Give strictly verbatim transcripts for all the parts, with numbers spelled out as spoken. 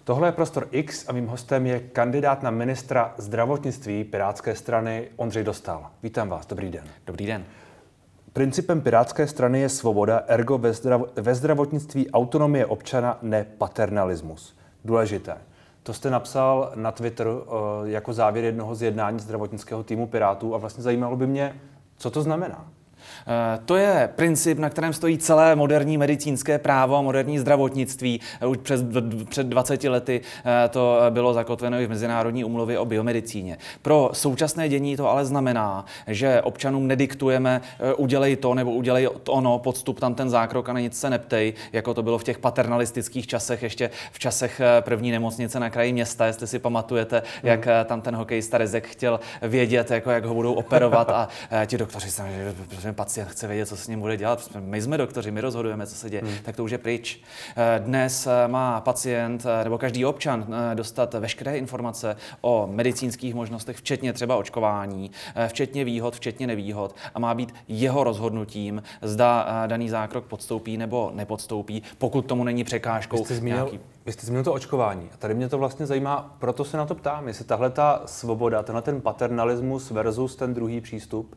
Tohle je Prostor X a mým hostem je kandidát na ministra zdravotnictví Pirátské strany Ondřej Dostál. Vítám vás, dobrý den. Dobrý den. Principem Pirátské strany je svoboda, ergo ve, zdrav- ve zdravotnictví autonomie občana, ne paternalismus. Důležité. To jste napsal na Twitteru uh, jako závěr jednoho z jednání zdravotnického týmu Pirátů a vlastně zajímalo by mě, co to znamená. To je princip, na kterém stojí celé moderní medicínské právo a moderní zdravotnictví. Už před, před dvaceti lety to bylo zakotveno i v Mezinárodní úmluvě o biomedicíně. Pro současné dění to ale znamená, že občanům nediktujeme udělej to nebo udělej to ono, podstup tam ten zákrok a na nic se neptej, jako to bylo v těch paternalistických časech, ještě v časech první nemocnice na kraji města, jestli si pamatujete, hmm. jak tam ten hokejista Rezek chtěl vědět, jako jak ho budou operovat a ti doktoři se že pacient chce vědět, co s ním bude dělat. My jsme doktoři, my rozhodujeme, co se děje, hmm. tak to už je pryč. Dnes má pacient nebo každý občan dostat veškeré informace o medicínských možnostech, včetně třeba očkování, včetně výhod, včetně nevýhod a má být jeho rozhodnutím, zda daný zákrok podstoupí nebo nepodstoupí, pokud tomu není překážkou. Vy jste zmínil, nějaký... vy jste zmínil to očkování a tady mě to vlastně zajímá, proto se na to ptám, jestli tahle ta svoboda, tenhle ten paternalismus versus ten druhý přístup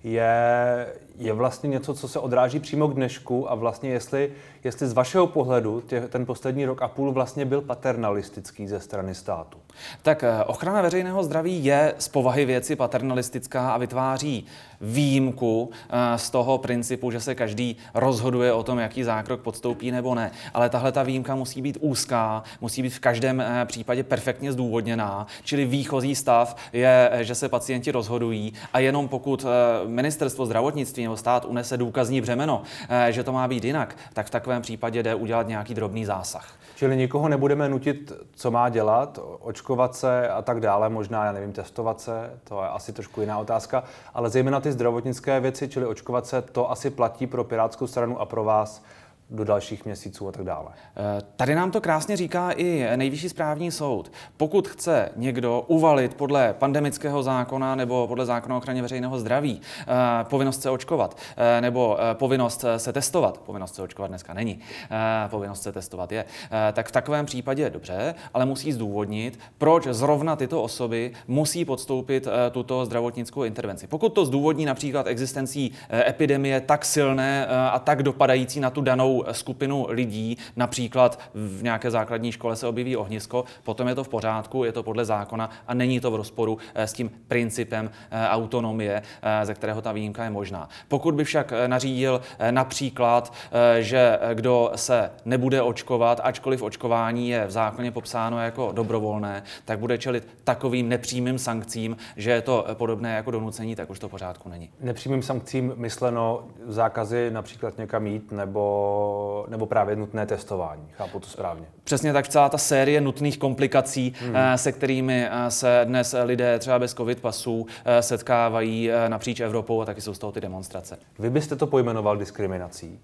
je, je vlastně něco, co se odráží přímo k dnešku a vlastně jestli, jestli z vašeho pohledu tě, ten poslední rok a půl vlastně byl paternalistický ze strany státu. Tak ochrana veřejného zdraví je z povahy věci paternalistická a vytváří výjimku z toho principu, že se každý rozhoduje o tom, jaký zákrok podstoupí nebo ne. Ale tahle ta výjimka musí být úzká, musí být v každém případě perfektně zdůvodněná, čili výchozí stav je, že se pacienti rozhodují a jenom pokud ministerstvo zdravotnictví nebo stát unese důkazní břemeno, že to má být jinak, tak v takovém případě jde udělat nějaký drobný zásah. Čili nikoho nebudeme nutit, co má dělat, očkovat se a tak dále, možná, já nevím, testovat se, to je asi trošku jiná otázka, ale zejména ty zdravotnické věci, čili očkovat se, to asi platí pro Pirátskou stranu a pro vás do dalších měsíců a tak dále. Tady nám to krásně říká i Nejvyšší správní soud. Pokud chce někdo uvalit podle pandemického zákona nebo podle zákona o ochraně veřejného zdraví povinnost se očkovat nebo povinnost se testovat, povinnost se očkovat dneska není, povinnost se testovat je, tak v takovém případě dobře, ale musí zdůvodnit, proč zrovna tyto osoby musí podstoupit tuto zdravotnickou intervenci. Pokud to zdůvodní například existencí epidemie tak silné a tak dopadající na tu danou skupinu lidí, například v nějaké základní škole se objeví ohnisko, potom je to v pořádku, je to podle zákona a není to v rozporu s tím principem autonomie, ze kterého ta výjimka je možná. Pokud by však nařídil například, že kdo se nebude očkovat, ačkoliv očkování je v zákoně popsáno jako dobrovolné, tak bude čelit takovým nepřímým sankcím, že je to podobné jako donucení, tak už to v pořádku není. Nepřímým sankcím myšleno zákazy například někam jít nebo nebo právě nutné testování. Chápu to správně. Přesně tak, celá ta série nutných komplikací, hmm. se kterými se dnes lidé třeba bez covid pasů setkávají napříč Evropou a taky jsou z toho ty demonstrace. Vy byste to pojmenoval diskriminací?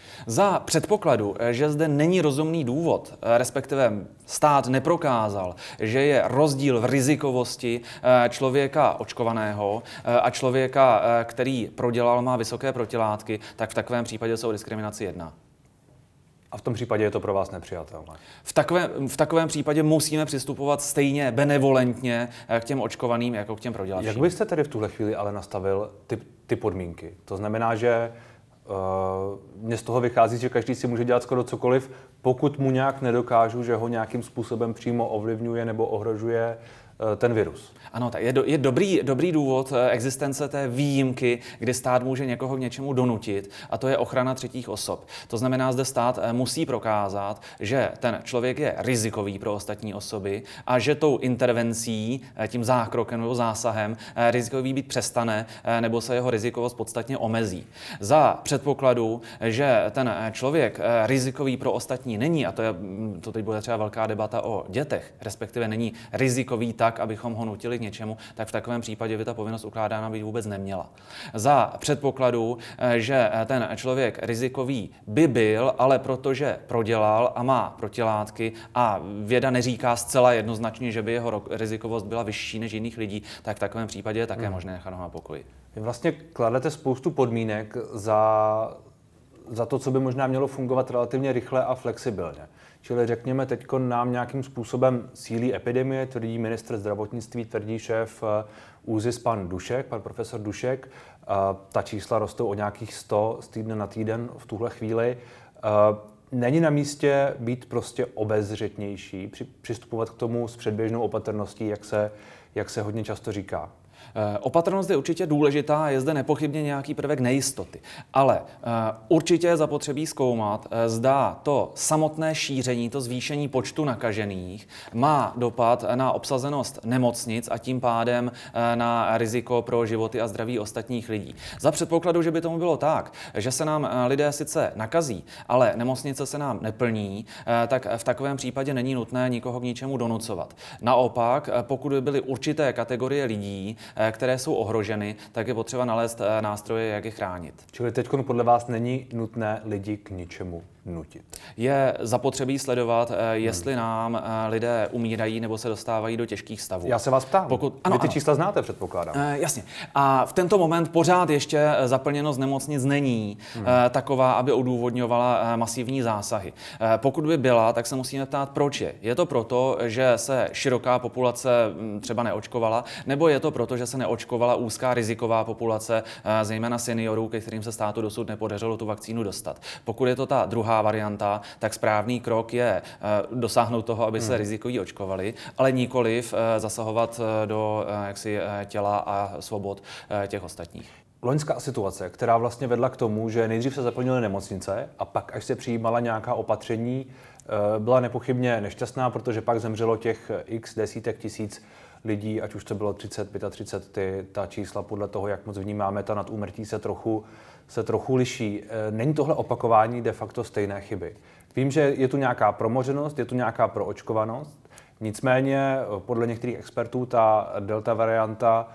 Za předpokladu, že zde není rozumný důvod, respektive stát neprokázal, že je rozdíl v rizikovosti člověka očkovaného a člověka, který prodělal, má vysoké protilátky, tak v takovém případě se o diskriminaci jedná. A v tom případě je to pro vás nepřijatelné? V takovém, v takovém případě musíme přistupovat stejně benevolentně k těm očkovaným jako k těm prodělavším. Jak byste tedy v tuhle chvíli ale nastavil ty, ty podmínky? To znamená, že uh, mně z toho vychází, že každý si může dělat skoro cokoliv, pokud mu nějak nedokážu, že ho nějakým způsobem přímo ovlivňuje nebo ohrožuje ten virus. Ano, tak je, do, je dobrý, dobrý důvod existence té výjimky, kdy stát může někoho k něčemu donutit, a to je ochrana třetích osob. To znamená, zde stát musí prokázat, že ten člověk je rizikový pro ostatní osoby a že tou intervencí, tím zákrokem nebo zásahem rizikový být přestane nebo se jeho rizikovost podstatně omezí. Za předpokladu, že ten člověk rizikový pro ostatní není, a to, je, to teď bude třeba velká debata o dětech, respektive není rizikový tak, abychom ho nutili k něčemu, tak v takovém případě by ta povinnost ukládána být vůbec neměla. Za předpokladu, že ten člověk rizikový by byl, ale protože prodělal a má protilátky a věda neříká zcela jednoznačně, že by jeho rizikovost byla vyšší než jiných lidí, tak v takovém případě je také hmm. možné nechat ho na pokoji. Vy vlastně kladete spoustu podmínek za, za to, co by možná mělo fungovat relativně rychle a flexibilně. Čili řekněme, teď nám nějakým způsobem sílí epidemie, tvrdí ministr zdravotnictví, tvrdí šéf ÚZIS pan Dušek, pan profesor Dušek. Ta čísla rostou o nějakých sto z týdne na týden v tuhle chvíli. Není na místě být prostě obezřetnější, přistupovat k tomu s předběžnou opatrností, jak se, jak se hodně často říká? Opatrnost je určitě důležitá, je zde nepochybně nějaký prvek nejistoty. Ale určitě je zapotřebí zkoumat, zda to samotné šíření, to zvýšení počtu nakažených má dopad na obsazenost nemocnic a tím pádem na riziko pro životy a zdraví ostatních lidí. Za předpokladu, že by tomu bylo tak, že se nám lidé sice nakazí, ale nemocnice se nám neplní, tak v takovém případě není nutné nikoho k ničemu donucovat. Naopak, pokud by byly určité kategorie lidí, které jsou ohroženy, tak je potřeba nalézt nástroje, jak je chránit. Čili teď podle vás není nutné lidi k ničemu nutit? Je zapotřebí sledovat, jestli nám lidé umírají nebo se dostávají do těžkých stavů. Já se vás ptám. Pokud, ano, Vy ty ano. čísla znáte, předpokládám. E, jasně. A v tento moment pořád ještě zaplněnost nemocnic není hmm. e, taková, aby odůvodňovala masivní zásahy. E, pokud by byla, tak se musíme ptát, proč je. Je to proto, že se široká populace třeba neočkovala, nebo je to proto, že se neočkovala úzká riziková populace, e, zejména seniorů, ke kterým se státu dosud nepodařilo tu vakcínu dostat. Pokud je to ta druhá varianta, tak správný krok je uh, dosáhnout toho, aby hmm. se rizikoví očkovali, ale nikoliv uh, zasahovat uh, do uh, jaksi, uh, těla a svobod uh, těch ostatních. Loňská situace, která vlastně vedla k tomu, že nejdřív se zaplnily nemocnice a pak, až se přijímala nějaká opatření, uh, byla nepochybně nešťastná, protože pak zemřelo těch x desítek tisíc lidí, ať už to bylo třicet, třicet pět, ty, ta čísla podle toho, jak moc vnímáme, ta nadúmrtí se trochu se trochu liší. Není tohle opakování de facto stejné chyby? Vím, že je tu nějaká promořenost, je tu nějaká proočkovanost, nicméně podle některých expertů ta delta varianta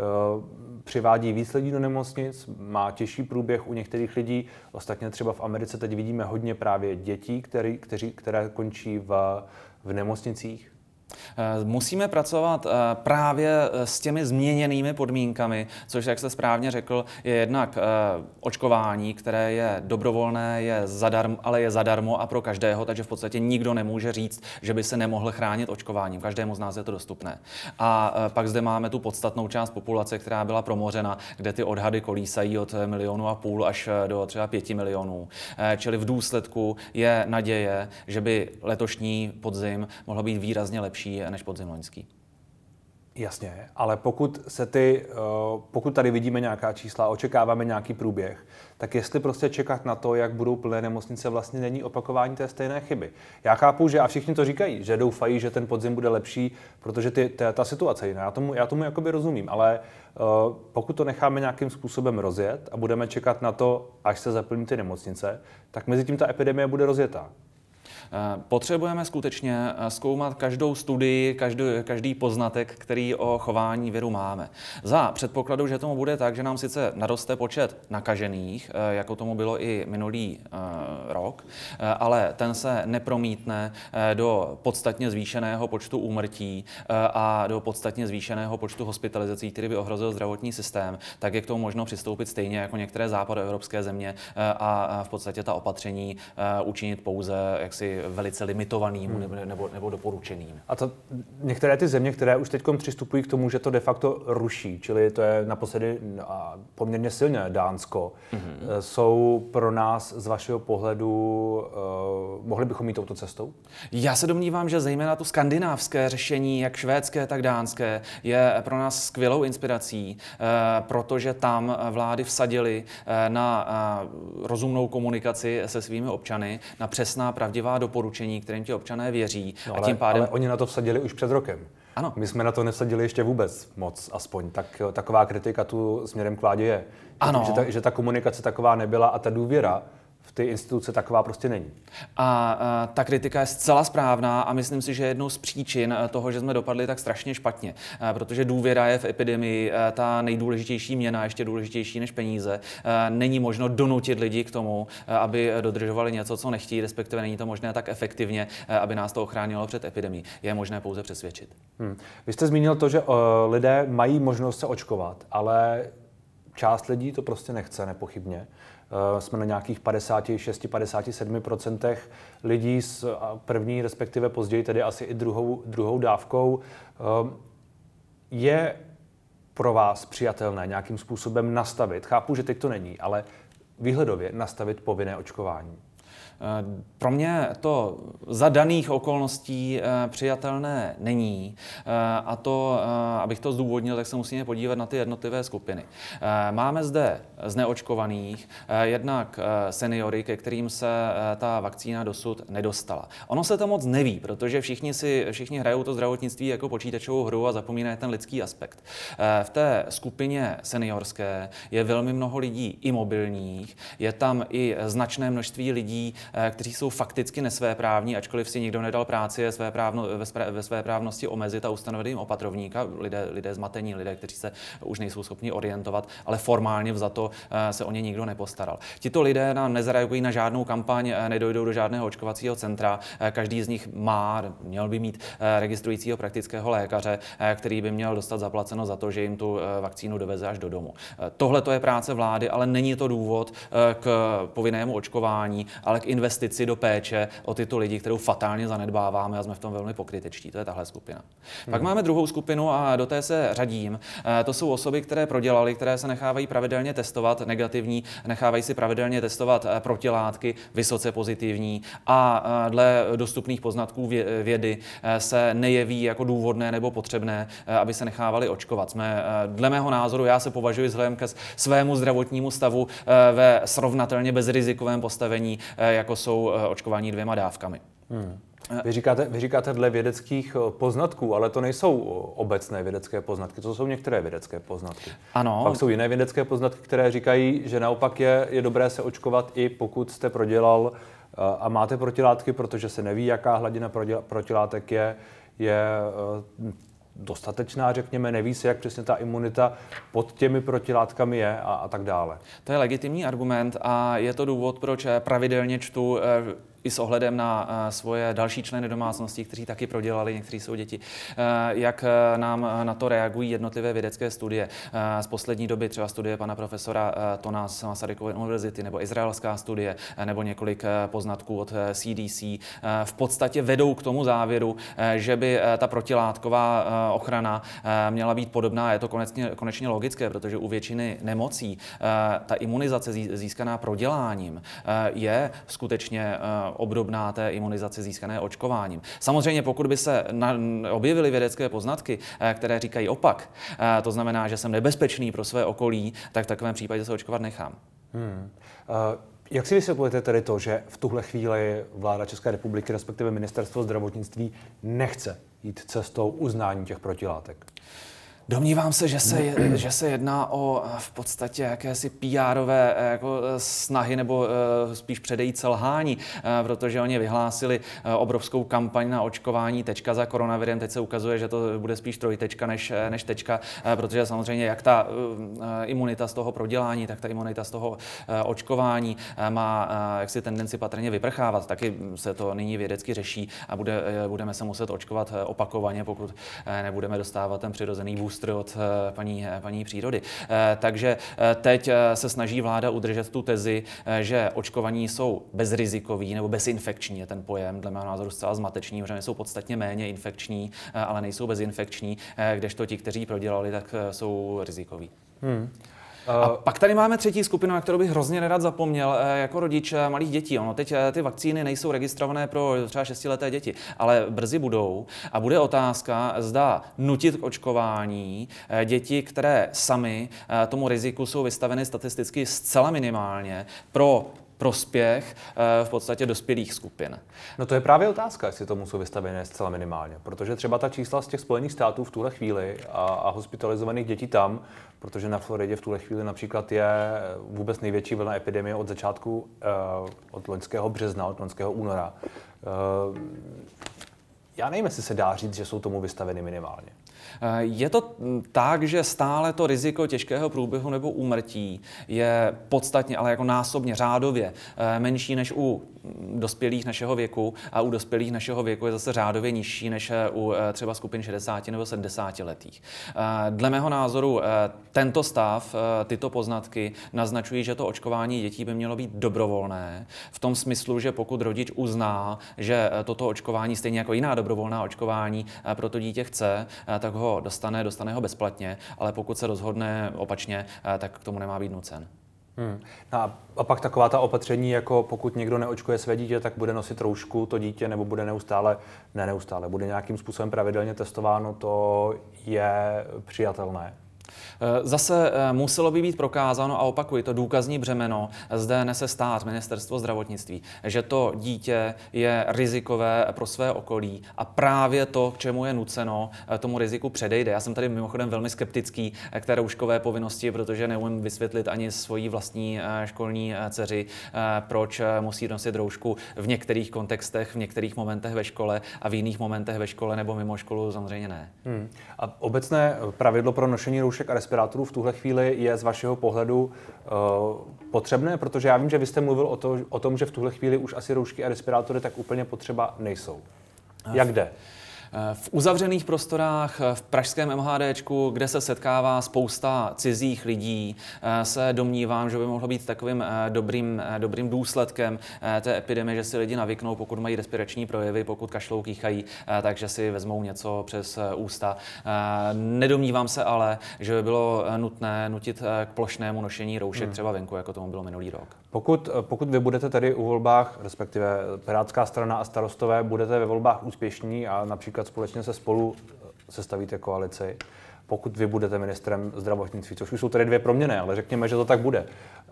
přivádí víc lidí do nemocnic, má těžší průběh u některých lidí. Ostatně třeba v Americe teď vidíme hodně právě dětí, který, kteří, které končí v, v nemocnicích. Musíme pracovat právě s těmi změněnými podmínkami, což, jak jste správně řekl, je jednak očkování, které je dobrovolné, je zadarmo, ale je zadarmo a pro každého, takže v podstatě nikdo nemůže říct, že by se nemohl chránit očkováním. Každému z nás je to dostupné. A pak zde máme tu podstatnou část populace, která byla promořena, kde ty odhady kolísají od milionu a půl až do třeba pěti milionů. Čili v důsledku je naděje, že by letošní podzim mohl být výrazně lepší než podzim loňský. Jasně, ale pokud se ty, pokud tady vidíme nějaká čísla, očekáváme nějaký průběh, tak jestli prostě čekat na to, jak budou plné nemocnice, vlastně není opakování té stejné chyby. Já chápu, že a všichni to říkají, že doufají, že ten podzim bude lepší, protože ty, ta, ta situace je jiná. Já tomu, já tomu jakoby rozumím, ale uh, pokud to necháme nějakým způsobem rozjet a budeme čekat na to, až se zaplní ty nemocnice, tak mezi tím ta epidemie bude rozjetá. Potřebujeme skutečně zkoumat každou studii, každý, každý poznatek, který o chování viru máme. Za předpokladu, že tomu bude tak, že nám sice naroste počet nakažených, jako tomu bylo i minulý rok, ale ten se nepromítne do podstatně zvýšeného počtu úmrtí a do podstatně zvýšeného počtu hospitalizací, který by ohrozil zdravotní systém, tak je k tomu možno přistoupit stejně jako některé západoevropské země a v podstatě ta opatření učinit pouze jaksi velice limitovaným hmm. nebo, nebo, nebo doporučeným. A to některé ty země, které už teď přistupují k tomu, že to de facto ruší, čili to je naposledy poměrně silně Dánsko, hmm. jsou pro nás z vašeho pohledu, uh, mohli bychom jít touto cestou? Já se domnívám, že zejména to skandinávské řešení, jak švédské, tak dánské, je pro nás skvělou inspirací, uh, protože tam vlády vsadily uh, na uh, rozumnou komunikaci se svými občany, na přesná pravdivá doporučení, kterým ti občané věří. No, a ale, tím pádem... ale oni na to vsadili už před rokem. Ano. My jsme na to nevsadili ještě vůbec moc, aspoň. Tak taková kritika tu směrem k vládě je. Ano. Že ta, že ta komunikace taková nebyla a ta důvěra v ty instituce taková prostě není. A, a ta kritika je zcela správná a myslím si, že jednou z příčin toho, že jsme dopadli tak strašně špatně, a protože důvěra je v epidemii ta nejdůležitější měna, ještě důležitější než peníze. A není možno donutit lidi k tomu, aby dodržovali něco, co nechtějí, respektive není to možné tak efektivně, aby nás to ochránilo před epidemií. Je možné pouze přesvědčit. Hmm. Vy jste zmínil to, že uh, lidé mají možnost se očkovat, ale část lidí to prostě nechce, nepochybně. jsme na nějakých padesát šest padesát sedm procent lidí s první, respektive později tedy asi i druhou, druhou dávkou. Je pro vás přijatelné nějakým způsobem nastavit, chápu, že teď to není, ale výhledově nastavit povinné očkování? Pro mě to za daných okolností přijatelné není. A to, abych to zdůvodnil, tak se musíme podívat na ty jednotlivé skupiny. Máme zde z neočkovaných jednak seniory, ke kterým se ta vakcína dosud nedostala. Ono se to moc neví, protože všichni si všichni hrajou to zdravotnictví jako počítačovou hru a zapomínají ten lidský aspekt. V té skupině seniorské je velmi mnoho lidí imobilních, je tam i značné množství lidí, kteří jsou fakticky nesvéprávní, ačkoliv si nikdo nedal práci ve, svéprávno, ve svéprávnosti omezit a ustanovit jim opatrovníka, lidé, lidé zmatení, lidé, kteří se už nejsou schopni orientovat, ale formálně vzato se o ně nikdo nepostaral. Tito lidé nám nezareagují na žádnou kampaň, nedojdou do žádného očkovacího centra, každý z nich má, měl by mít registrujícího praktického lékaře, který by měl dostat zaplaceno za to, že jim tu vakcínu doveze až do domu. Tohle to je práce vlády, ale není to důvod k povinnému očkování, ale k investici do péče o tyto lidi, kterou fatálně zanedbáváme a jsme v tom velmi pokrytečtí. To je tahle skupina. Hmm. Pak máme druhou skupinu a do té se řadím. To jsou osoby, které prodělaly, které se nechávají pravidelně testovat negativní, nechávají si pravidelně testovat protilátky vysoce pozitivní a dle dostupných poznatků vědy se nejeví jako důvodné nebo potřebné, aby se nechávali očkovat. Jsme, dle mého názoru, já se považuji vzhledem ke svému zdravotnímu stavu ve srovnatelně bezrizikovém postavení, jako jsou očkování dvěma dávkami. Hmm. Vy říkáte, vy říkáte dle vědeckých poznatků, ale to nejsou obecné vědecké poznatky, to jsou některé vědecké poznatky. Ano. Pak jsou jiné vědecké poznatky, které říkají, že naopak je, je dobré se očkovat i pokud jste prodělal a máte protilátky, protože se neví, jaká hladina protilátek je, je dostatečná, řekněme, neví se, jak přesně ta imunita pod těmi protilátkami je a, a tak dále. To je legitimní argument a je to důvod, proč pravidelně čtu i s ohledem na svoje další členy domácnosti, kteří taky prodělali, někteří jsou děti, jak nám na to reagují jednotlivé vědecké studie. Z poslední doby třeba studie pana profesora Tona z Masarykovy univerzity nebo izraelská studie nebo několik poznatků od C D C v podstatě vedou k tomu závěru, že by ta protilátková ochrana měla být podobná. Je to konečně, konečně logické, protože u většiny nemocí ta imunizace získaná proděláním je skutečně obdobná té imunizaci získané očkováním. Samozřejmě, pokud by se na, objevily vědecké poznatky, které říkají opak, to znamená, že jsem nebezpečný pro své okolí, tak v takovém případě se očkovat nechám. Hmm. Uh, jak si vysvětlujete tedy to, že v tuhle chvíli vláda České republiky, respektive ministerstvo zdravotnictví, nechce jít cestou uznání těch protilátek? Domnívám se, že se, je, že se jedná o v podstatě jakési P R-ové jako snahy nebo spíš předejít selhání, protože oni vyhlásili obrovskou kampaň na očkování tečka za koronavirem. Teď se ukazuje, že to bude spíš trojtečka než, než tečka, protože samozřejmě jak ta imunita z toho prodělání, tak ta imunita z toho očkování má jaksi tendenci patrně vyprchávat. Taky se to nyní vědecky řeší a bude, budeme se muset očkovat opakovaně, pokud nebudeme dostávat ten přirozený booster od paní, paní přírody. Takže teď se snaží vláda udržet tu tezi, že očkovaní jsou bezrizikoví nebo bezinfekční, je ten pojem, dle mého názoru zcela zmatečný, protože jsou podstatně méně infekční, ale nejsou bezinfekční, kdežto ti, kteří prodělali, tak jsou rizikoví. Hmm. A pak tady máme třetí skupinu, na kterou bych hrozně nerad zapomněl, jako rodič malých dětí. Ono teď ty vakcíny nejsou registrované pro třeba šestileté děti, ale brzy budou. A bude otázka, zda nutit k očkování děti, které sami tomu riziku jsou vystaveny statisticky zcela minimálně, pro prospěch v podstatě dospělých skupin. No to je právě otázka, jestli tomu jsou vystavené zcela minimálně, protože třeba ta čísla z těch Spojených států v tuhle chvíli a, a hospitalizovaných dětí tam, protože na Floridě v tuhle chvíli například je vůbec největší vlna epidemie od začátku, uh, od loňského března, od loňského února. Uh, já nevím, jestli se dá říct, že jsou tomu vystaveny minimálně. Je to tak, že stále to riziko těžkého průběhu nebo úmrtí je podstatně, ale jako násobně řádově menší než u dospělých našeho věku a u dospělých našeho věku je zase řádově nižší než u třeba skupin šedesáti nebo sedmdesáti letých. Dle mého názoru tento stav, tyto poznatky naznačují, že to očkování dětí by mělo být dobrovolné v tom smyslu, že pokud rodič uzná, že toto očkování stejně jako jiná dobrovolná očkování pro to dítě chce, tak ho dostane, dostane ho bezplatně, ale pokud se rozhodne opačně, tak k tomu nemá být nucen. Hmm. No a pak taková ta opatření, jako pokud někdo neočkuje své dítě, tak bude nosit roušku to dítě, nebo bude neustále, ne neustále, bude nějakým způsobem pravidelně testováno, to je přijatelné. Zase muselo by být prokázáno, a opakuji, to důkazní břemeno zde nese stát, ministerstvo zdravotnictví, že to dítě je rizikové pro své okolí a právě to, k čemu je nuceno, tomu riziku předejde. Já jsem tady mimochodem velmi skeptický k té rouškové povinnosti, protože neumím vysvětlit ani svojí vlastní školní dceři, proč musí nosit roušku v některých kontextech, v některých momentech ve škole a v jiných momentech ve škole nebo mimo školu samozřejmě ne. Hmm. A obecné pravidlo pro nošení roušek a respirátorů v tuhle chvíli je z vašeho pohledu uh, potřebné? Protože já vím, že vy jste mluvil o, to, o tom, že v tuhle chvíli už asi roušky a respirátory tak úplně potřeba nejsou. Jak jde? V uzavřených prostorách v pražském MHDčku, kde se setkává spousta cizích lidí, se domnívám, že by mohlo být takovým dobrým, dobrým důsledkem té epidemie, že si lidi navyknou, pokud mají respirační projevy, pokud kašlou, kýchají, takže si vezmou něco přes ústa. Nedomnívám se ale, že by bylo nutné nutit k plošnému nošení roušek hmm. třeba venku, jako tomu bylo minulý rok. Pokud, pokud vy budete tady u volbách, respektive Pirátská strana a Starostové, budete ve volbách úspěšní a například společně se Spolu sestavíte koalici, pokud vy budete ministrem zdravotnictví, což už jsou tady dvě proměny, ale řekněme, že to tak bude.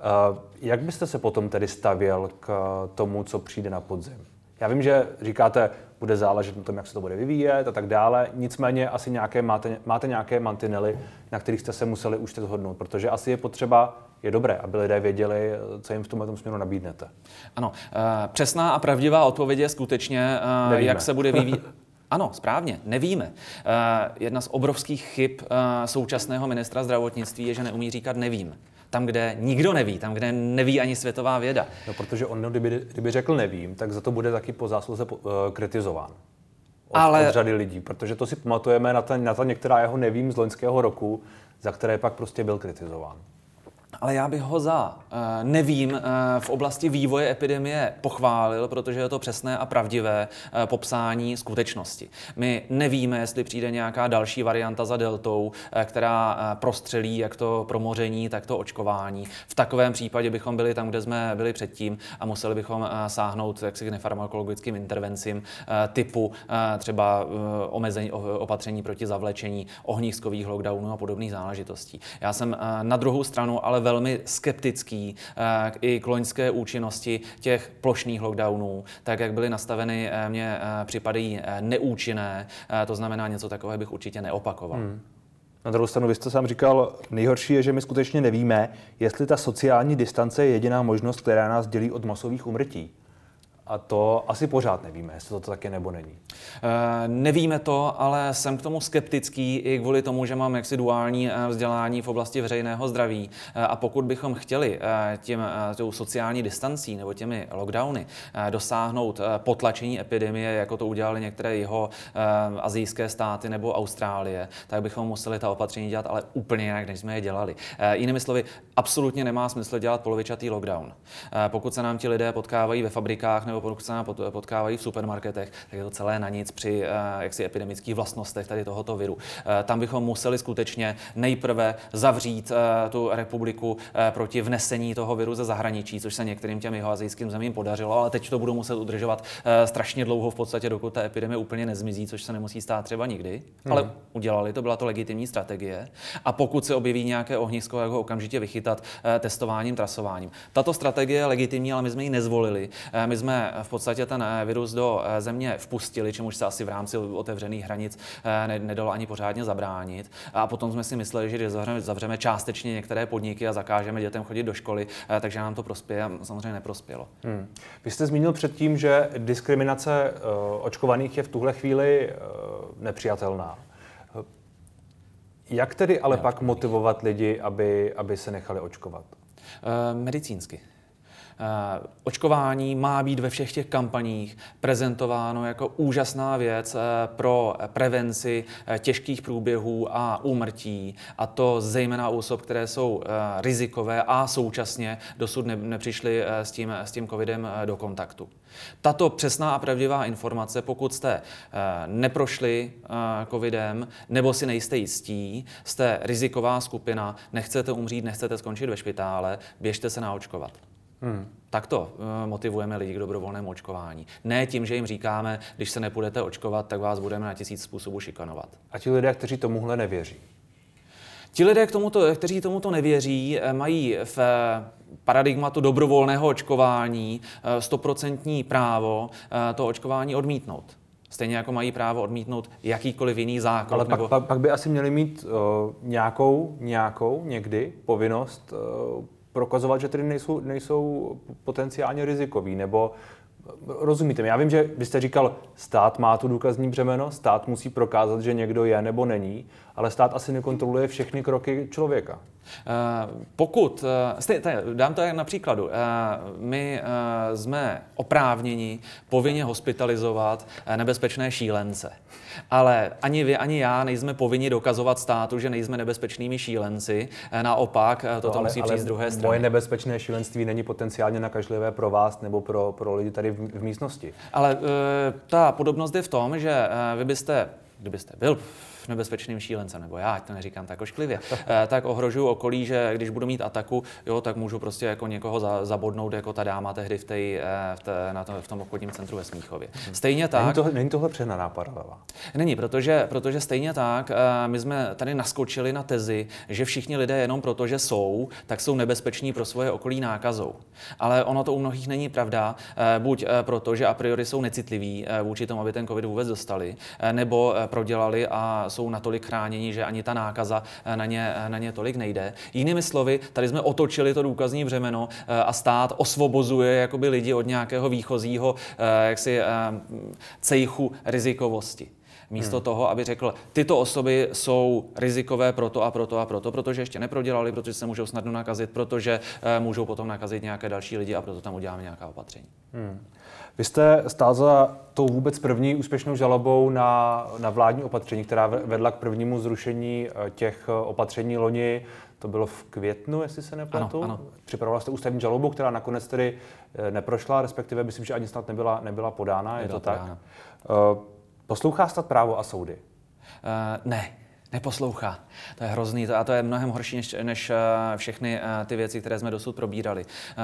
Jak byste se potom tedy stavěl k tomu, co přijde na podzim? Já vím, že říkáte, bude záležet na tom, jak se to bude vyvíjet a tak dále, nicméně asi nějaké, máte, máte nějaké mantinely, na kterých jste se museli už teď shodnout, protože asi je potřeba, je dobré, aby lidé věděli, co jim v tomhle směru nabídnete. Ano, přesná a pravdivá odpověď je skutečně, Nevíme. jak se bude vyvíjet. Ano, správně, nevíme. Jedna z obrovských chyb současného ministra zdravotnictví je, že neumí říkat nevím. Tam, kde nikdo neví, tam, kde neví ani světová věda. No, protože on, kdyby, kdyby řekl nevím, tak za to bude taky po zásluze uh, kritizován. Od, Ale... od řady lidí, protože to si pamatujeme na ta, na ta některá jeho nevím z loňského roku, za které pak prostě byl kritizován. Ale já bych ho za uh, nevím uh, v oblasti vývoje epidemie pochválil, protože je to přesné a pravdivé uh, popsání skutečnosti. My nevíme, jestli přijde nějaká další varianta za deltou, uh, která uh, prostřelí jak to promoření, tak to očkování. V takovém případě bychom byli tam, kde jsme byli předtím a museli bychom uh, sáhnout jaksi k nefarmakologickým intervencím uh, typu uh, třeba uh, omezení, opatření proti zavlečení, ohniskových lockdownů a podobných záležitostí. Já jsem uh, na druhou stranu ale velmi skeptický uh, i k loňské účinnosti těch plošných lockdownů, tak jak byly nastaveny, uh, mně uh, připadají uh, neúčinné, uh, to znamená něco takového bych určitě neopakoval. Hmm. Na druhou stranu, vy jste sám říkal, nejhorší je, že my skutečně nevíme, jestli ta sociální distance je jediná možnost, která nás dělí od masových úmrtí. A to asi pořád nevíme, jestli to taky nebo není. E, nevíme to, ale jsem k tomu skeptický i kvůli tomu, že mám jaksi duální vzdělání v oblasti veřejného zdraví. E, a pokud bychom chtěli tím, tou sociální distancí nebo těmi lockdowny dosáhnout potlačení epidemie, jako to udělali některé jeho asijské státy nebo Austrálie, tak bychom museli ta opatření dělat ale úplně jinak, než jsme je dělali. E, jinými slovy, absolutně nemá smysl dělat polovičatý lockdown. E, pokud se nám ti lidé potkávají ve fabrikách nebo pokud se nám potkávají v supermarketech, tak je to celé na nic při jaksi epidemických vlastnostech tady tohoto viru. Tam bychom museli skutečně nejprve zavřít tu republiku proti vnesení toho viru ze zahraničí, což se některým těm jihoasijským zemím podařilo, ale teď to budou muset udržovat strašně dlouho v podstatě, dokud ta epidemie úplně nezmizí, což se nemusí stát třeba nikdy, hmm. ale udělali to, byla to legitimní strategie. A pokud se objeví nějaké ohnisko, jak ho okamžitě vychytat testováním, trasováním. Tato strategie je legitimní, ale my jsme ji nezvolili. My jsme v podstatě ten virus do země vpustili, čemuž se asi v rámci otevřených hranic nedalo ani pořádně zabránit. A potom jsme si mysleli, že když zavřeme, zavřeme částečně některé podniky a zakážeme dětem chodit do školy, takže nám to prospěje a samozřejmě neprospělo. Hmm. Vy jste zmínil předtím, že diskriminace uh, očkovaných je v tuhle chvíli uh, nepřijatelná. Jak tedy ale pak motivovat lidi, aby, aby se nechali očkovat? Uh, medicínsky. Očkování má být ve všech těch kampaních prezentováno jako úžasná věc pro prevenci těžkých průběhů a úmrtí, a to zejména u osob, které jsou rizikové a současně dosud nepřišly s tím, s tím covidem do kontaktu. Tato přesná a pravdivá informace, pokud jste neprošli covidem nebo si nejste jistí, jste riziková skupina, nechcete umřít, nechcete skončit ve špitále, běžte se naočkovat. Hmm. Takto motivujeme lidi k dobrovolnému očkování. Ne tím, že jim říkáme, když se nepůjdete očkovat, tak vás budeme na tisíc způsobů šikanovat. A ti lidé, kteří tomuhle nevěří? Ti lidé, k tomuto, kteří tomuto nevěří, mají v paradigmatu dobrovolného očkování stoprocentní právo to očkování odmítnout. Stejně jako mají právo odmítnout jakýkoliv jiný zákon. Ale nebo... pak, pak, pak by asi měli mít uh, nějakou, nějakou někdy povinnost uh, prokazovat, že tedy nejsou, nejsou potenciálně rizikoví, nebo rozumíte mi? Já vím, že vy jste říkal, stát má tu důkazní břemeno, stát musí prokázat, že někdo je nebo není, ale stát asi nekontroluje všechny kroky člověka. Uh, pokud, uh, dám to na příkladu, uh, my uh, jsme oprávněni povinně hospitalizovat uh, nebezpečné šílence. Ale ani vy, ani já nejsme povinni dokazovat státu, že nejsme nebezpečnými šílenci. Uh, naopak, uh, toto no, ale, musí přijít z druhé strany. Moje nebezpečné šílenství není potenciálně nakažlivé pro vás nebo pro, pro lidi tady v, v místnosti. Ale uh, ta podobnost je v tom, že uh, vy byste, kdybyste byl nebezpečným šílencem, nebo já, ať to neříkám tak ošklivě, tak ohrožuju okolí, že když budu mít ataku, jo, tak můžu prostě jako někoho za, zabodnout, jako ta dáma tehdy v, tej, v, té, na to, v tom obchodním centru ve Smíchově. Stejně tak... Není tohle, není tohle přehnaná paralela? Není, protože, protože stejně tak my jsme tady naskočili na tezi, že všichni lidé jenom proto, že jsou, tak jsou nebezpeční pro svoje okolí nákazou. Ale ono to u mnohých není pravda, buď proto, že a priori jsou necitliví vůči tomu, aby ten covid vůbec dostali, nebo prodělali a jsou natolik chráněni, že ani ta nákaza na ně, na ně tolik nejde. Jinými slovy, tady jsme otočili to důkazní břemeno a stát osvobozuje jakoby lidi od nějakého výchozího jaksi cejchu rizikovosti. Místo hmm. toho, aby řekl, tyto osoby jsou rizikové proto a proto a proto, protože ještě neprodělali, protože se můžou snadno nakazit, protože můžou potom nakazit nějaké další lidi a proto tam uděláme nějaká opatření. Hmm. Vy jste stál za tou vůbec první úspěšnou žalobou na, na vládní opatření, která vedla k prvnímu zrušení těch opatření loni. To bylo v květnu, jestli se nepletu. Ano, ano. Připravovala jste ústavní žalobu, která nakonec tedy neprošla, respektive myslím, že ani snad nebyla, nebyla podána. Nebyla je to podána. Tak? Poslouchá stát právo a soudy? Uh, ne. Neposlouchá. To je hrozný a to je mnohem horší než, než všechny ty věci, které jsme dosud probírali.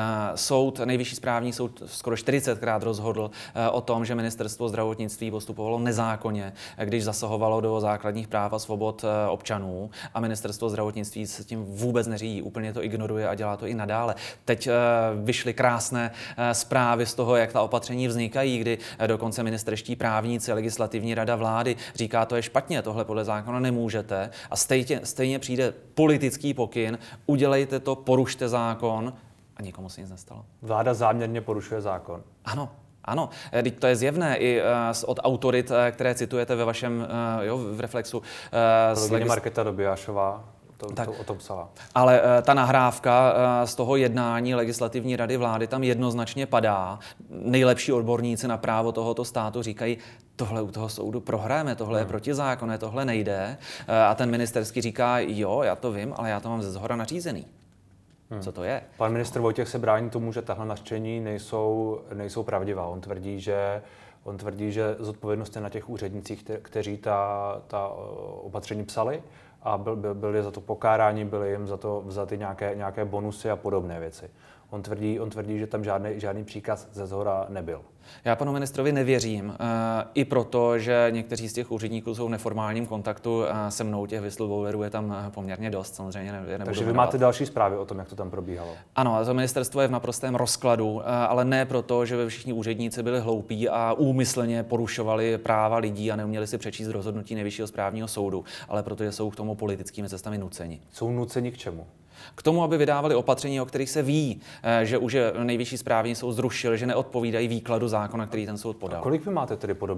Soud, nejvyšší správní soud skoro čtyřicetkrát rozhodl o tom, že ministerstvo zdravotnictví postupovalo nezákonně, když zasahovalo do základních práv a svobod občanů, a ministerstvo zdravotnictví se tím vůbec neřídí, úplně to ignoruje a dělá to i nadále. Teď vyšly krásné zprávy z toho, jak ta opatření vznikají, kdy dokonce ministerští právníci, legislativní rada vlády říká, to je špatně, tohle podle zákona nemůže. A stejně, stejně přijde politický pokyn, udělejte to, porušte zákon a nikomu se nic nestalo. Vláda záměrně porušuje zákon. Ano. Ano, teď to je zjevné i od autorit, které citujete ve vašem jo, v Reflexu. Kolegyně Markéta Dobiášová to, to o tom psala. Ale ta nahrávka z toho jednání Legislativní rady vlády tam jednoznačně padá. Nejlepší odborníci na právo tohoto státu říkají, tohle u toho soudu prohráme, tohle hmm. je protizákonné, tohle nejde. A ten ministerský říká, jo, já to vím, ale já to mám ze zhora nařízený. Hmm. Co to je? Pan ministr Vojtěch se brání tomu, že tahle nařčení nejsou, nejsou pravdivá. On tvrdí, že On tvrdí, že zodpovědnost je na těch úřednicích, kteří ta, ta opatření psali, a byl, byl, byli za to pokáráni, byly jim za to vzaty nějaké, nějaké bonusy a podobné věci. On tvrdí, on tvrdí, že tam žádný, žádný příkaz ze zhora nebyl. Já panu ministrovi nevěřím, i proto, že někteří z těch úředníků jsou v neformálním kontaktu se mnou, těch whistleblowerů je tam poměrně dost, samozřejmě nebudu Takže vy jmenovat. máte další zprávy o tom, jak to tam probíhalo? Ano, to ministerstvo je v naprostém rozkladu, ale ne proto, že všichni úředníci byli hloupí a úmyslně porušovali práva lidí a neuměli si přečíst rozhodnutí Nejvyššího správního soudu, ale protože jsou k tomu politickými cestami nuceni. Jsou nuceni k čemu? K tomu, aby vydávali opatření, o kterých se ví, že už Nejvyšší správní soud zrušil, že neodpovídají výkladu zákona, který ten soud podal. A kolik vy máte tedy podobných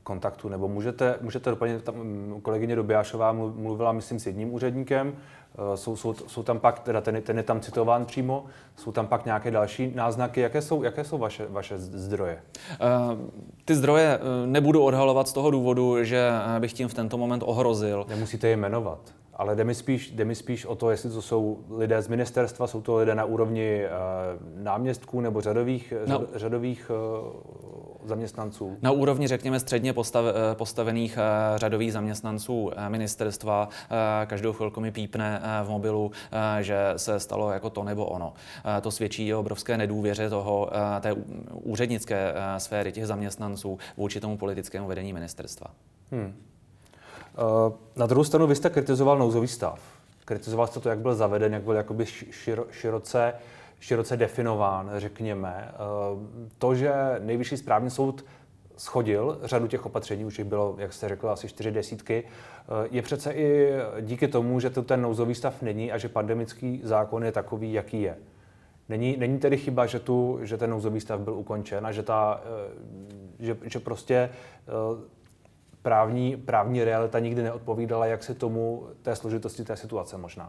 kontaktu? Nebo můžete, můžete doplnit, tam kolegyně Dobiášová mluvila, myslím, s jedním úředníkem, jsou, jsou, jsou tam pak, teda ten, ten je tam citován přímo, jsou tam pak nějaké další náznaky. Jaké jsou, jaké jsou vaše, vaše zdroje? Uh, ty zdroje nebudu odhalovat z toho důvodu, že bych tím v tento moment ohrozil. Nemusíte je jmenovat. Ale jde mi, spíš, jde mi spíš o to, jestli to jsou lidé z ministerstva, jsou to lidé na úrovni uh, náměstků nebo řadových, no. řad, řadových uh, zaměstnanců. Na úrovni, řekněme, středně postav, postavených uh, řadových zaměstnanců uh, ministerstva. Uh, každou chvilku mi pípne uh, v mobilu, uh, že se stalo jako to nebo ono. Uh, to svědčí o obrovské nedůvěře toho, uh, té úřednické uh, sféry těch zaměstnanců vůči tomu politickému vedení ministerstva. Hmm. Na druhou stranu vy jste kritizoval nouzový stav. Kritizoval jste to, jak byl zaveden, jak byl jakoby širo, široce, široce definován, řekněme. To, že Nejvyšší správní soud shodil řadu těch opatření, už jich bylo, jak jste řekl, asi čtyři desítky, je přece i díky tomu, že to ten nouzový stav není a že pandemický zákon je takový, jaký je. Není, není tedy chyba, že, tu, že ten nouzový stav byl ukončen a že, ta, že, že prostě Právní, právní realita nikdy neodpovídala, jak se tomu té složitosti té situace možná.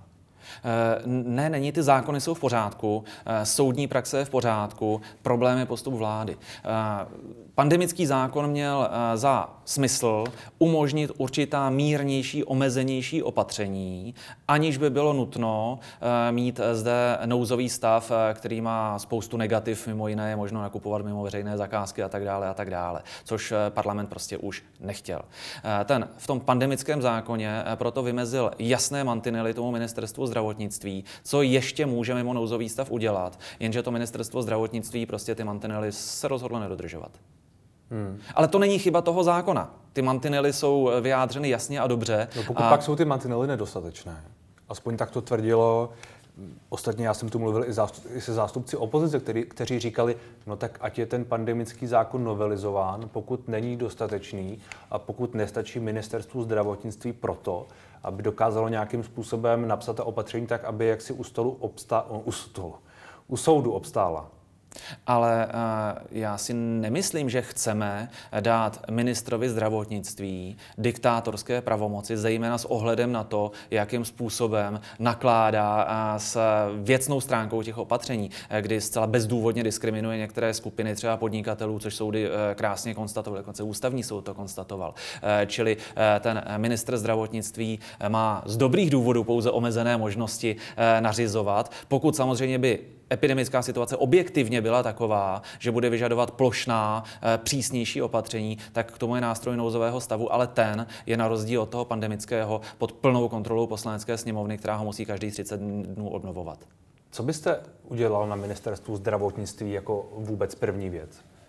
Ne, není, ty zákony jsou v pořádku, soudní praxe je v pořádku, problém je postup vlády. Pandemický zákon měl za smysl umožnit určitá mírnější, omezenější opatření, aniž by bylo nutno mít zde nouzový stav, který má spoustu negativ, mimo jiné je možno nakupovat mimo veřejné zakázky a tak dále a tak dále, což parlament prostě už nechtěl. Ten v tom pandemickém zákoně proto vymezil jasné mantinely tomu ministerstvu zdravotnictví, co ještě může mimo nouzový stav udělat, jenže to ministerstvo zdravotnictví prostě ty mantinely se rozhodlo nedodržovat. Hmm. Ale to není chyba toho zákona. Ty mantinely jsou vyjádřeny jasně a dobře. No pokud a... pak jsou ty mantinely nedostatečné. Aspoň tak to tvrdilo. Ostatně já jsem tu mluvil i, zástup, i se zástupci opozice, který, kteří říkali, no tak ať je ten pandemický zákon novelizován, pokud není dostatečný a pokud nestačí ministerstvu zdravotnictví proto, aby dokázalo nějakým způsobem napsat ta opatření tak, aby jaksi u stolu obstá, u stolu, u soudu obstála. Ale uh, já si nemyslím, že chceme dát ministrovi zdravotnictví diktátorské pravomoci, zejména s ohledem na to, jakým způsobem nakládá uh, s věcnou stránkou těch opatření, kdy zcela bezdůvodně diskriminuje některé skupiny třeba podnikatelů, což soudy uh, krásně konstatovali, dokonce ústavní soud to konstatoval. Uh, čili uh, ten ministr zdravotnictví má z dobrých důvodů pouze omezené možnosti uh, nařizovat. Pokud samozřejmě by epidemická situace objektivně byla taková, že bude vyžadovat plošná, přísnější opatření, tak k tomu je nástroj nouzového stavu, ale ten je na rozdíl od toho pandemického pod plnou kontrolou Poslanecké sněmovny, která ho musí každých třicet dnů obnovovat. Co byste udělal na ministerstvu zdravotnictví jako vůbec první věc?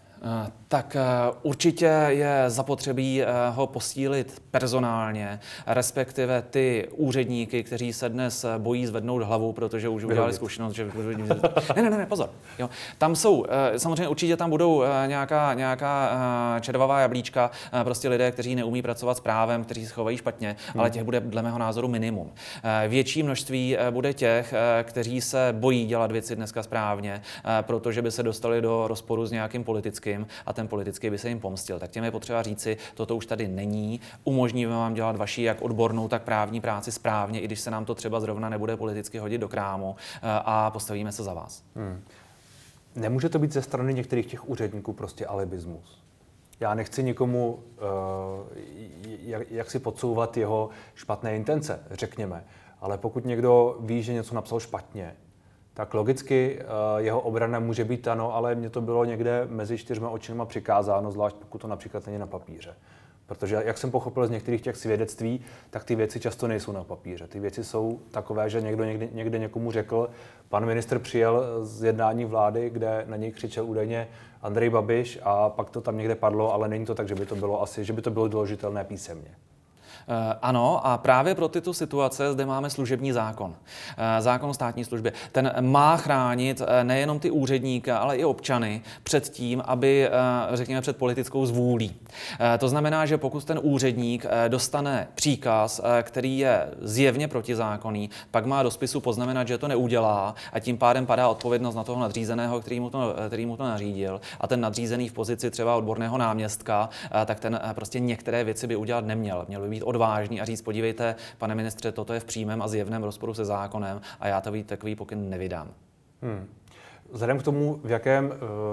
Tak určitě je zapotřebí ho posílit personálně, respektive ty úředníky, kteří se dnes bojí zvednout hlavu, protože už udělali zkušenost, že... Ne, ne, ne, pozor. Jo. Tam jsou, samozřejmě určitě tam budou nějaká, nějaká červavá jablíčka, prostě lidé, kteří neumí pracovat s právem, kteří se chovají špatně, hmm. ale těch bude dle mého názoru minimum. Větší množství bude těch, kteří se bojí dělat věci dneska správně, protože by se dostali do rozporu s nějakým politickým a ten politický by se jim pomstil. Tak těm je potřeba říci, toto už tady není, umožníme vám dělat vaši jak odbornou, tak právní práci správně, i když se nám to třeba zrovna nebude politicky hodit do krámu a postavíme se za vás. Hmm. Nemůže to být ze strany některých těch úředníků prostě alibismus? Já nechci nikomu uh, jak, jak si podsouvat jeho špatné intence, řekněme, ale pokud někdo ví, že něco napsal špatně, tak logicky uh, jeho obrana může být ano, ale mně to bylo někde mezi čtyřma očima přikázáno, zvlášť pokud to například není na papíře. Protože, jak jsem pochopil z některých těch svědectví, tak ty věci často nejsou na papíře. Ty věci jsou takové, že někdo někde, někde někomu řekl, pan ministr přijel z jednání vlády, kde na něj křičel údajně Andrej Babiš a pak to tam někde padlo, ale není to tak, že by to bylo asi, že by to bylo doložitelné písemně. Ano, a právě pro tyto situace zde máme služební zákon. Zákon o státní službě. Ten má chránit nejenom ty úředníky, ale i občany před tím, aby, řekněme, před politickou zvůlí. To znamená, že pokud ten úředník dostane příkaz, který je zjevně protizákonný, pak má do spisu poznamenat, že to neudělá a tím pádem padá odpovědnost na toho nadřízeného, který mu to, který mu to nařídil. A ten nadřízený v pozici třeba odborného náměstka, tak ten prostě některé věci by udělat neměl. Měl by být odvážný a říct, podívejte, pane ministře, toto je v přímém a zjevném rozporu se zákonem a já takový pokyn nevydám. Hmm. Vzhledem k tomu, v jakém,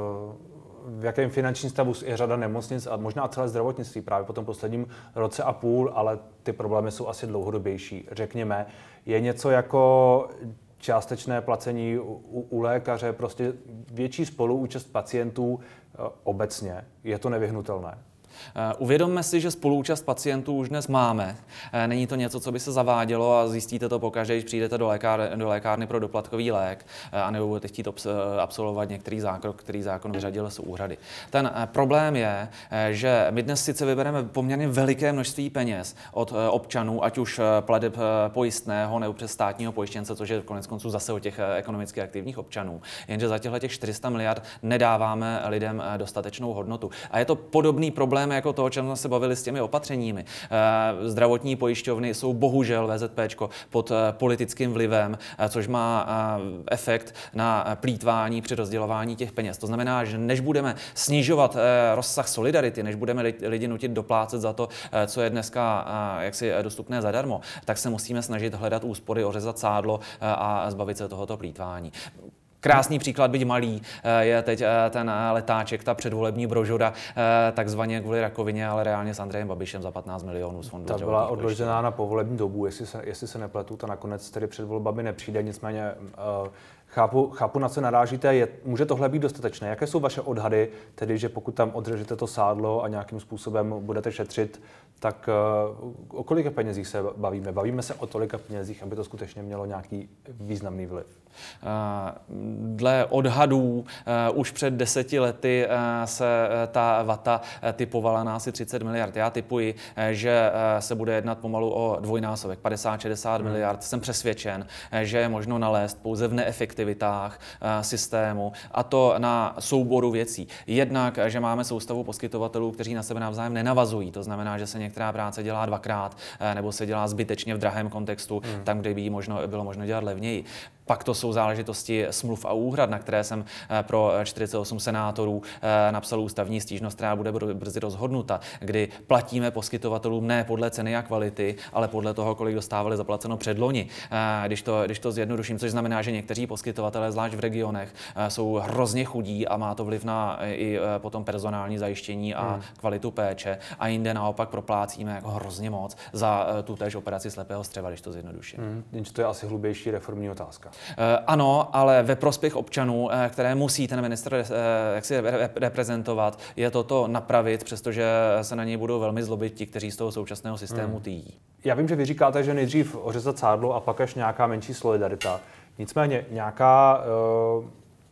v jakém finančním stavu je řada nemocnic a možná celé zdravotnictví právě po tom posledním roce a půl, ale ty problémy jsou asi dlouhodobější, řekněme, je něco jako částečné placení u, u lékaře, prostě větší spoluúčast pacientů obecně. Je to nevyhnutelné? Uvědomme si, že spoluúčast pacientů už dnes máme. Není to něco, co by se zavádělo a zjistíte to pokaždé, když přijdete do, lékár, do lékárny pro doplatkový lék a nebo budete chtít absolvovat některý zákon, který zákon vyřadil z úhrady. Ten problém je, že my dnes sice vybereme poměrně veliké množství peněz od občanů, ať už plateb pojistného nebo přes státního pojištěnce, což je konec konců zase od těch ekonomicky aktivních občanů. Jenže za těchto těch čtyři sta miliard nedáváme lidem dostatečnou hodnotu. A je to podobný problém jako to, o čem jsme se bavili s těmi opatřeními. Zdravotní pojišťovny jsou bohužel VZPčko pod politickým vlivem, což má efekt na plýtvání při rozdělování těch peněz. To znamená, že než budeme snižovat rozsah solidarity, než budeme lidi nutit doplácet za to, co je dneska jaksi dostupné zadarmo, tak se musíme snažit hledat úspory, ořezat sádlo a zbavit se tohoto plýtvání. Krásný příklad, byť malý, je teď ten letáček, ta předvolební brožura, takzvaně kvůli rakovině, ale reálně s Andrejem Babišem za patnáct milionů z fondu. Ta byla odložená na povolební dobu, jestli se, jestli se nepletu, ta nakonec tedy před volbami nepřijde, nicméně uh, chápu, chápu, na co narážíte, je, může tohle být dostatečné? Jaké jsou vaše odhady, tedy, že pokud tam odřežete to sádlo a nějakým způsobem budete šetřit, tak uh, o kolika penězích se bavíme? Bavíme se o tolika penězích, aby to skutečně mělo nějaký významný vliv? Uh, dle odhadů uh, už před deseti lety uh, se uh, ta vata uh, typovala na asi třicet miliard. Já typuji, uh, že uh, se bude jednat pomalu o dvojnásobek, padesát šedesát hmm. miliard. Jsem přesvědčen, uh, že je možno nalézt pouze v neefektivitách uh, systému, a to na souboru věcí. Jednak, že máme soustavu poskytovatelů, kteří na sebe navzájem nenavazují. To znamená, že se některá práce dělá dvakrát uh, nebo se dělá zbytečně v drahém kontextu, hmm. tam, kde by ji možno, bylo možno dělat levněji. Pak to jsou záležitosti smluv a úhrad, na které jsem pro čtyřicet osm senátorů napsal ústavní stížnost, která bude brzy rozhodnuta, kdy platíme poskytovatelům ne podle ceny a kvality, ale podle toho, kolik dostávali zaplaceno předloni. Když to, když to zjednoduším, což znamená, že někteří poskytovatelé, zvlášť v regionech, jsou hrozně chudí a má to vliv na i potom personální zajištění a hmm. kvalitu péče, a jinde naopak proplácíme jako hrozně moc za tutéž operaci slepého střeva, když to zjednoduším. Hmm. Jenže to je asi hlubější reformní otázka. Ano, ale ve prospěch občanů, které musí ten ministr jaksi reprezentovat, je toto napravit, přestože se na něj budou velmi zlobit ti, kteří z toho současného systému hmm. tyjí. Já vím, že vy říkáte, že nejdřív ořezat sádlo a pak až nějaká menší solidarita. Nicméně nějaká, uh,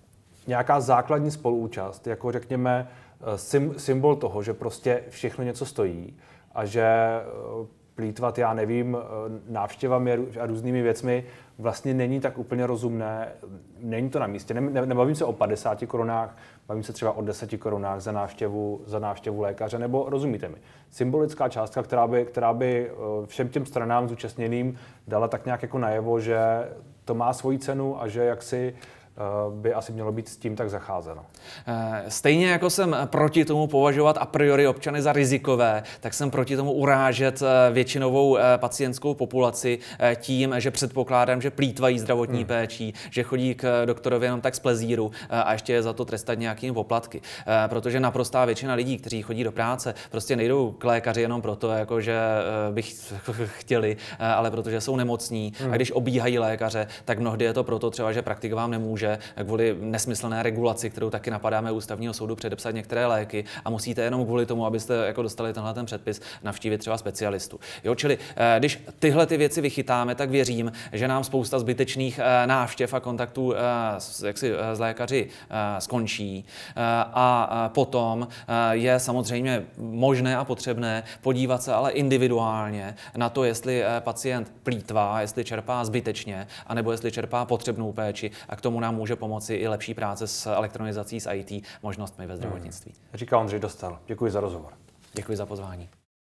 nějaká základní spoluúčast, jako řekněme sym, symbol toho, že prostě všechno něco stojí a že uh, plýtvat, já nevím, návštěvami a různými věcmi vlastně není tak úplně rozumné, není to na místě. Ne, ne, nebavím se o padesáti korunách, bavím se třeba o deseti korunách za návštěvu, za návštěvu lékaře, nebo rozumíte mi, symbolická částka, která by, která by všem těm stranám zúčastněným dala tak nějak jako najevo, že to má svoji cenu a že jaksi by asi mělo být s tím tak zacházeno. Stejně jako jsem proti tomu považovat a priori občany za rizikové, tak jsem proti tomu urážet většinovou pacientskou populaci tím, že předpokládám, že plýtvají zdravotní hmm. péčí, že chodí k doktorovi jenom tak z plezíru a ještě je za to trestat nějakými poplatky. Protože naprostá většina lidí, kteří chodí do práce, prostě nejdou k lékaři jenom proto, jako že by chtěli, ale protože jsou nemocní. Hmm. A když obíhají lékaře, tak mnohdy je to proto třeba, že praktik vám nemůže nemůže kvůli nesmyslné regulaci, kterou taky napadáme u ústavního soudu, předepsat některé léky a musíte jenom kvůli tomu, abyste jako dostali tenhle ten předpis, navštívit třeba specialistu. Jo, čili když tyhle ty věci vychytáme, tak věřím, že nám spousta zbytečných návštěv a kontaktů jaksi s lékaři skončí a potom je samozřejmě možné a potřebné podívat se ale individuálně na to, jestli pacient plýtvá, jestli čerpá zbytečně, anebo jestli čerpá potřebnou péči a k tomu nám může pomoci i lepší práce s elektronizací, s í té, možnostmi ve zdravotnictví. Hmm. Říká Ondřej Dostál. Děkuji za rozhovor. Děkuji za pozvání.